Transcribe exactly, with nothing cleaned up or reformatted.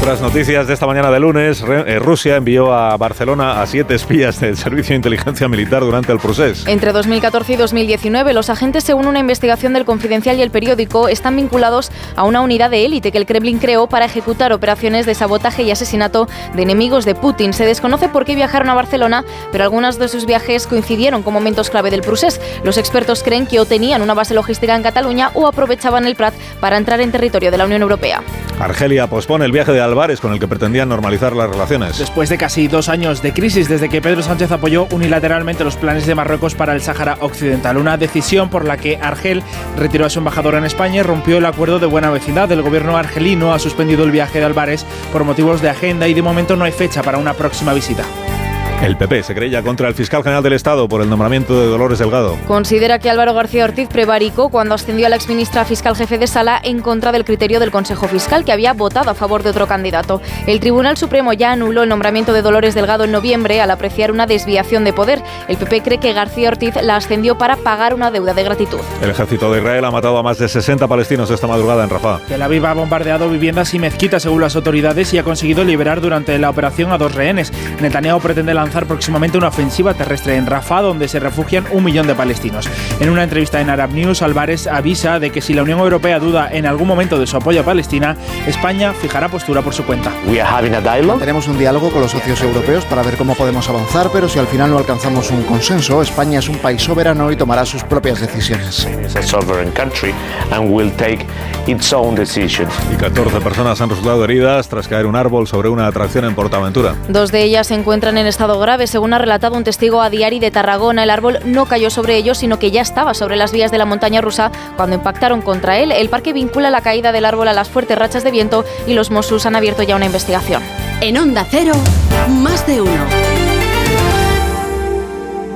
otras noticias de esta mañana de lunes, Rusia envió a Barcelona a siete espías del Servicio de Inteligencia Militar durante el procés. Entre dos mil catorce y dos mil diecinueve, los agentes, según una investigación del Confidencial y El Periódico, están vinculados a una unidad de élite que el Kremlin creó para ejecutar operaciones de sabotaje y asesinato de enemigos de Putin. Se desconoce por qué viajaron a Barcelona, pero algunos de sus viajes coincidieron con momentos clave del procés. Los expertos creen que o tenían una base logística en Cataluña o aprovechaban el Prat para entrar en territorio de la Unión Europea. Argelia pospone el viaje de Álvarez con el que pretendían normalizar las relaciones. Después de casi dos años de crisis desde que Pedro Sánchez apoyó unilateralmente los planes de Marruecos para el Sáhara Occidental, una decisión por la que Argel retiró a su embajador en España y rompió el acuerdo de buena vecindad. El gobierno argelino ha suspendido el viaje de Álvarez por motivos de agenda y de momento no hay fecha para una próxima visita. El P P se querella contra el fiscal general del Estado por el nombramiento de Dolores Delgado. Considera que Álvaro García Ortiz prevaricó cuando ascendió a la exministra fiscal jefe de sala en contra del criterio del Consejo Fiscal, que había votado a favor de otro candidato. El Tribunal Supremo ya anuló el nombramiento de Dolores Delgado en noviembre al apreciar una desviación de poder. El P P cree que García Ortiz la ascendió para pagar una deuda de gratitud. El ejército de Israel ha matado a más de sesenta palestinos esta madrugada en Rafah. Tel Aviv ha bombardeado viviendas y mezquitas según las autoridades y ha conseguido liberar durante la operación a dos rehenes. Netanyahu pretende lanzar próximamente una ofensiva terrestre en Rafah, donde se refugian un millón de palestinos. En una entrevista en Arab News, Álvarez avisa de que si la Unión Europea duda en algún momento de su apoyo a Palestina, España fijará postura por su cuenta. Tenemos un diálogo con los socios europeos para ver cómo podemos avanzar, pero si al final no alcanzamos un consenso, España es un país soberano y tomará sus propias decisiones. Y catorce personas han resultado heridas tras caer un árbol sobre una atracción en Portaventura. Dos de ellas se encuentran en estado grave, según ha relatado un testigo a Diari de Tarragona. El árbol no cayó sobre ellos, sino que ya estaba sobre las vías de la montaña rusa cuando impactaron contra él. El parque vincula la caída del árbol a las fuertes rachas de viento y los Mossos han abierto ya una investigación. En Onda Cero, más de uno.